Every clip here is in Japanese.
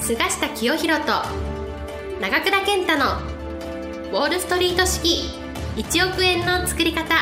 菅下清弘と長倉健太のウォールストリート式1億円の作り方。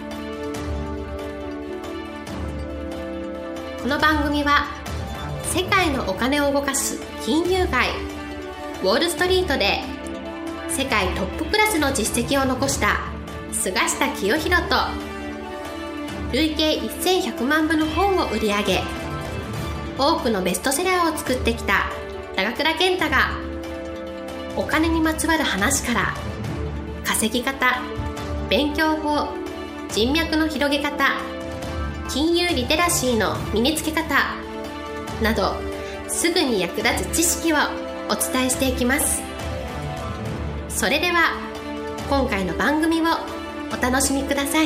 この番組は世界のお金を動かす金融界ウォールストリートで世界トップクラスの実績を残した菅下清弘と累計1100万部の本を売り上げ多くのベストセラーを作ってきた長倉健太がお金にまつわる話から稼ぎ方、勉強法、人脈の広げ方、金融リテラシーの身につけ方などすぐに役立つ知識をお伝えしていきます。それでは今回の番組をお楽しみください。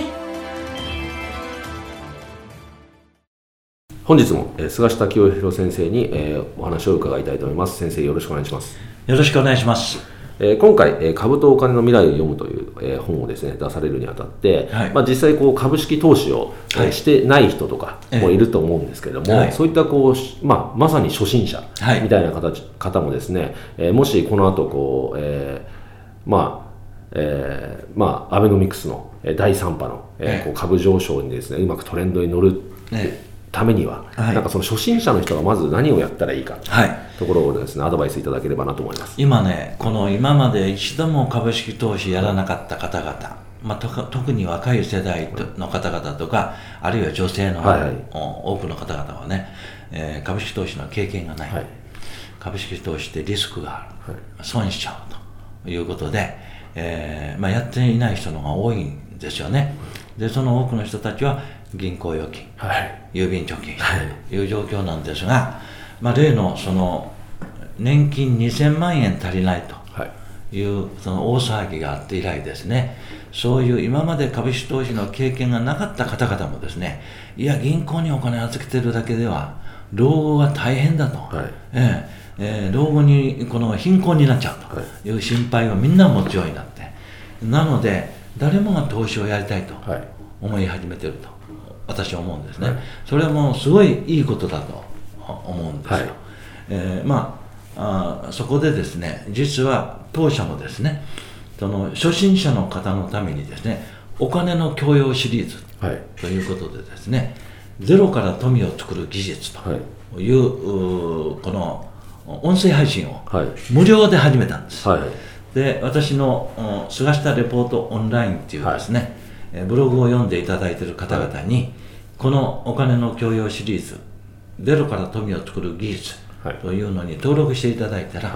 本日も菅下清弘先生にお話を伺いたいと思います。先生、よろしくお願いします。 よろしくお願いします。 今回株とお金の未来を読むという本をですね出されるにあたって、はい、実際株式投資をしてない人とかもいると思うんですけれども、そういったまさに初心者みたいな方もですね、もしこの後アベノミクスの第3波の株上昇にですねうまくトレンドに乗るためには、なんかその初心者の人がまず何をやったらいいかというところをですね、アドバイスいただければなと思います。 今まで一度も株式投資やらなかった方々、特に若い世代の方々とか、あるいは女性の多くの方々はね、株式投資の経験がない、株式投資ってリスクがある、損しちゃうということで、やっていない人の方が多いんですよね。でその多くの人たちは銀行預金、郵便貯金という状況なんですが、例のその年金2000万円足りないというその大騒ぎがあって以来ですね、そういう今まで株式投資の経験がなかった方々もですね、いや銀行にお金を預けてるだけでは老後が大変だと、老後にこの貧困になっちゃうという心配をみんな持つようになって、なので誰もが投資をやりたいと思い始めていると私は思うんですね。それはもうすごいいいことだと思うんですよ。そこでですね、実は当社もですね、その初心者の方のためにですね、お金の教養シリーズということでですね、ゼロから富を作る技術という、この音声配信を無料で始めたんです。で私の菅下レポートオンラインっていうですね、ブログを読んでいただいている方々に、このお金の教養シリーズゼロから富を作る技術というのに登録していただいたら、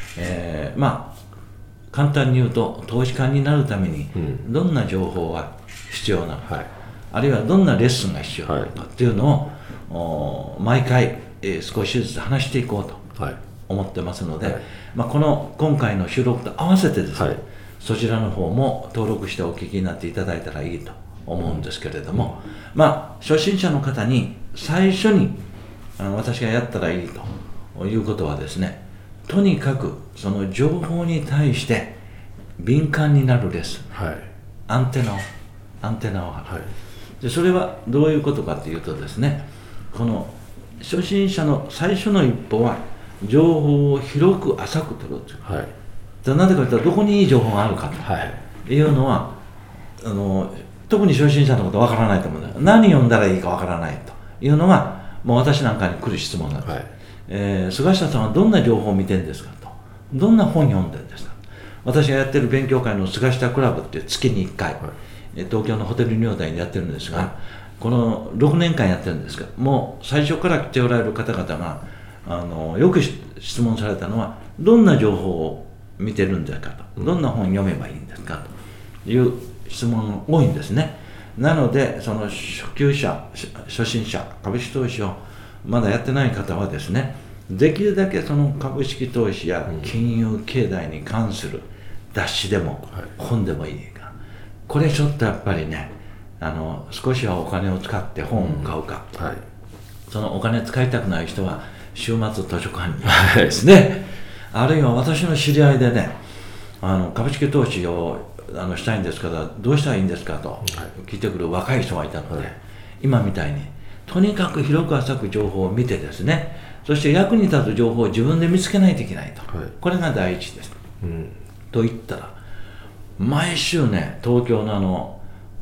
簡単に言うと投資家になるためにどんな情報が必要なのか、あるいはどんなレッスンが必要なのかっていうのを毎回少しずつ話していこうと思ってますので、今回の収録と合わせてですね、そちらの方も登録してお聞きになっていただいたらいいと思うんですけれども、初心者の方に最初に私がやったらいいということはですね、とにかくその情報に対して敏感になるレッスン、アンテナを張る、でそれはどういうことかというとですね、この初心者の最初の一歩は情報を広く浅く取るという、なぜかというとどこにいい情報があるかというのは、特に初心者のことわからないと思うんです。何読んだらいいかわからないというのがもう私なんかに来る質問なんです。菅下さんはどんな情報を見てるんですかと、どんな本読んでるんですか。私がやってる勉強会の菅下クラブって月に1回、東京のホテルニューオータイでやってるんですが、この6年間やってるんですが、もう最初から来ておられる方々がよく質問されたのは、どんな情報を見てるんですかと、どんな本読めばいいんですかという質問が多いんですね。なのでその初心者株式投資をまだやってない方はですね、できるだけその株式投資や金融経済に関する雑誌でも本でもいいか、これちょっとやっぱりね、少しはお金を使って本を買うか、そのお金使いたくない人は週末図書館にですね、あるいは私の知り合いでね、株式投資をしたいんですからどうしたらいいんですかと聞いてくる若い人がいたので、今みたいにとにかく広く浅く情報を見てですね、 そして役に立つ情報を自分で見つけないといけないと、これが第一です、と言ったら毎週ね、東京の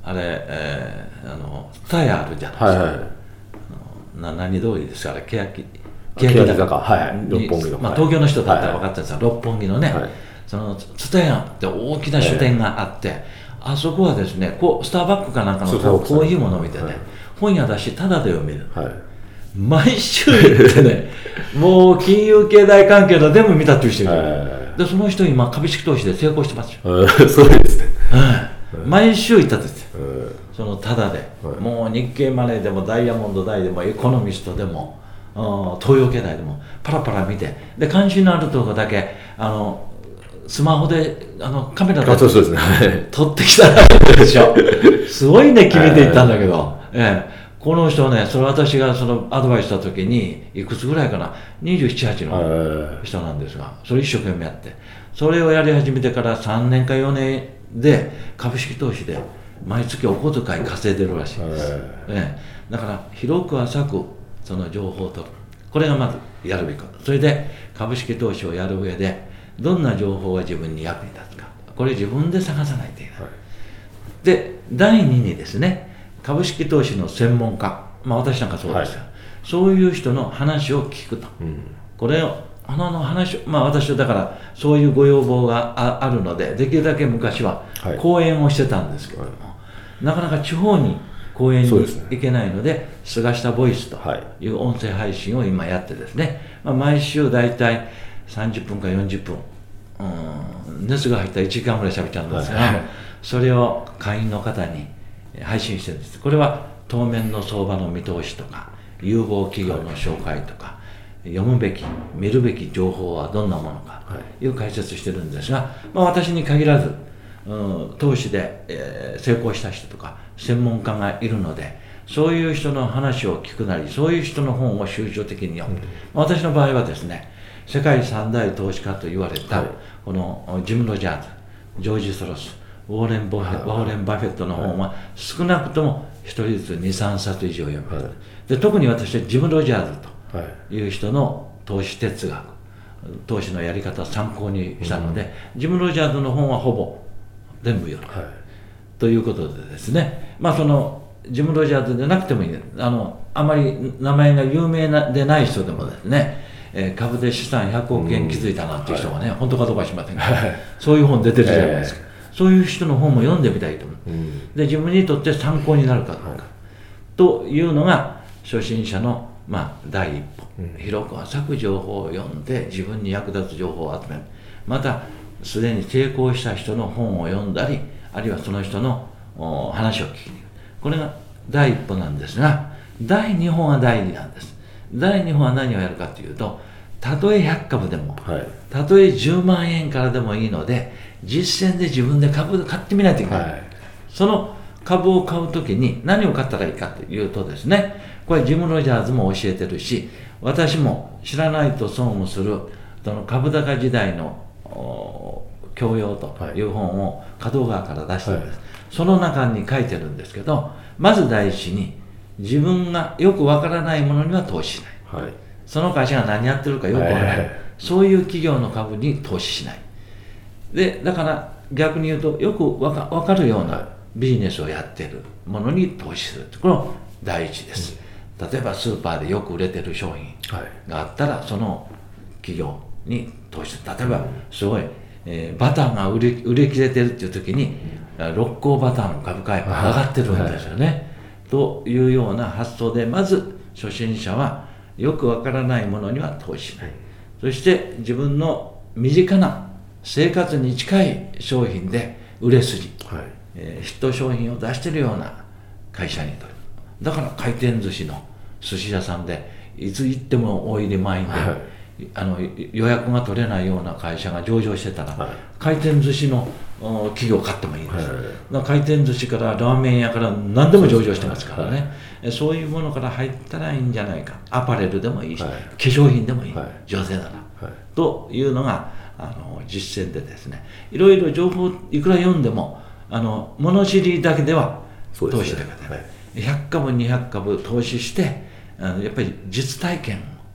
蔦屋あるじゃないですか、何通りですか、あれ欅坂、 六本木の、 東京の人だったら分かったんですが、六本木のね、その蔦屋って大きな書店があって、あそこはですね、スターバックかなんかのコーヒーも飲めてね、本屋だしタダで読める、毎週行ってねもう金融経済関係の全部見たっていう人いる、でその人今株式投資で成功してますよ、 そうですね、 毎週行ったんですよ、そのタダで、もう日経マネーでもダイヤモンド大でもエコノミストでも東洋経済でもパラパラ見て、で関心のあるところだけスマホでカメラで撮ってきたでしょすごいね、決めていったんだけど、この人ね、それ私がそのアドバイスした時にいくつぐらいかな、27、8の人なんですが、それ一生懸命やって、それをやり始めてから3年か4年で株式投資で毎月お小遣い稼いでるらしいんです、だから広く浅くその情報を取る、これがまずやるべきこと。それで株式投資をやる上でどんな情報が自分に役に立つか、これ自分で探さないといけない、で第2にですね、株式投資の専門家、私なんかそうですよ、そういう人の話を聞くと、これを話、私はだからそういうご要望が あるので、できるだけ昔は講演をしてたんですけども、なかなか地方に講演に行けないので、菅下ボイスという音声配信を今やってですね、毎週だいたい30分か40分、熱が入ったら1時間ぐらい喋っちゃうんですが、それを会員の方に配信してるんです。これは当面の相場の見通しとか、有望企業の紹介とか、読むべき見るべき情報はどんなものかという解説してるんですが、私に限らず、投資で、成功した人とか専門家がいるので、そういう人の話を聞くなり、そういう人の本を集中的に読む、私の場合はですね、世界三大投資家と言われた、このジム・ロジャーズ、ジョージ・ソロス、ウォーレン・バフェットの本は少なくとも1人ずつ2、3冊以上読む、で特に私はジム・ロジャーズという人の投資哲学、投資のやり方を参考にしたので、ジム・ロジャーズの本はほぼ全部読む、ということでですね、そのジム・ロジャーズでなくてもいい、あまり名前が有名でない人でもですね、株で資産100億円築いたなっていう人がね、本当かどうかは知りませんが、そういう本出てるじゃないですか、そういう人の本も読んでみたいと思う、で自分にとって参考になるかどうか、というのが初心者の第一歩、広く浅く情報を読んで自分に役立つ情報を集める、またすでに成功した人の本を読んだり、あるいはその人の話を聞きに行く、これが第一歩なんですが、第二歩が大事なんです。第二歩は何をやるかというと、たとえ100株でも、たとえ10万円からでもいいので、実践で自分で株買ってみないといけない、その株を買うときに何を買ったらいいかというとですね、これジム・ロジャーズも教えてるし、私も知らないと損をするその株高時代の教養という本を角川から出してるんです、その中に書いてるんですけど、まず第一に自分がよくわからないものには投資しない、その会社が何やってるかよくわからない、そういう企業の株に投資しないで、だから逆に言うとよくわかるようなビジネスをやっているものに投資する、これが第一です、例えばスーパーでよく売れてる商品があったら、その企業に投資する。例えばすごい、バターが売れ切れてるっていう時に六甲バターの株価が上がってるんですよね、というような発想で、まず初心者はよくわからないものには投資しない、そして自分の身近な生活に近い商品で売れ筋、ヒット商品を出しているような会社に取る。だから回転寿司の寿司屋さんでいつ行っても大入り満員で、予約が取れないような会社が上場してたら、回転寿司の企業を買ってもいいんです、だから回転寿司からラーメン屋から何でも上場してますからね、そういうものから入ったらいいんじゃないか、アパレルでもいいし、化粧品でもいい、女性なら、というのが実践でですね、いろいろ情報いくら読んでも物知りだけでは投資だけで、100株200株投資してやっぱり実体験を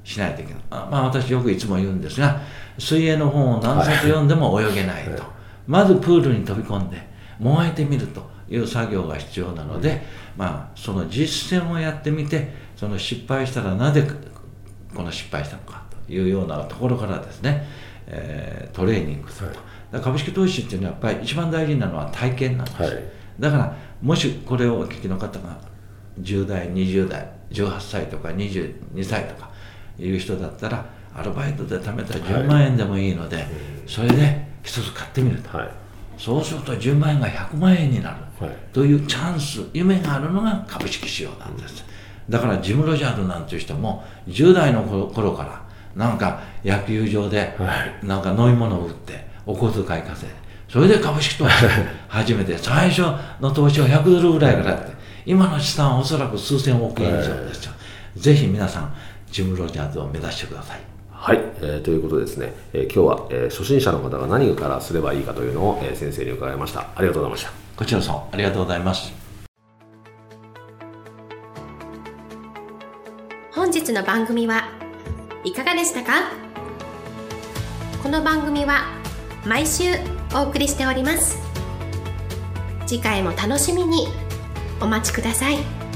しないといけない。私よくいつも言うんですが、水泳の本を何冊読んでも泳げないと、まずプールに飛び込んでもがいてみるという作業が必要なので、その実践をやってみて、その失敗したらなぜこの失敗したのかというようなところからですね、トレーニングすると。だから株式投資っていうのはやっぱり一番大事なのは体験なんです、だからもしこれをお聞きの方が10代20代18歳とか22歳とかいう人だったら、アルバイトで貯めた10万円でもいいので、それで一つ買ってみると、そうすると10万円が100万円になるというチャンス、夢があるのが株式市場なんです。だからジム・ロジャーズなんていう人も10代の頃からなんか野球場でなんか飲み物を売ってお小遣い稼いで、それで株式投資を始めて、最初の投資は$100ぐらいからやって、今の資産はおそらく数千億円以上ですよ。ぜひ皆さんジム・ロジャーズを目指してください。 はい、ということでですね、今日は、初心者の方が何からすればいいかというのを、先生に伺いました。ありがとうございました。 こちらこそありがとうございます。 本日の番組はいかがでしたか？この番組は毎週お送りしております。次回も楽しみにお待ちください。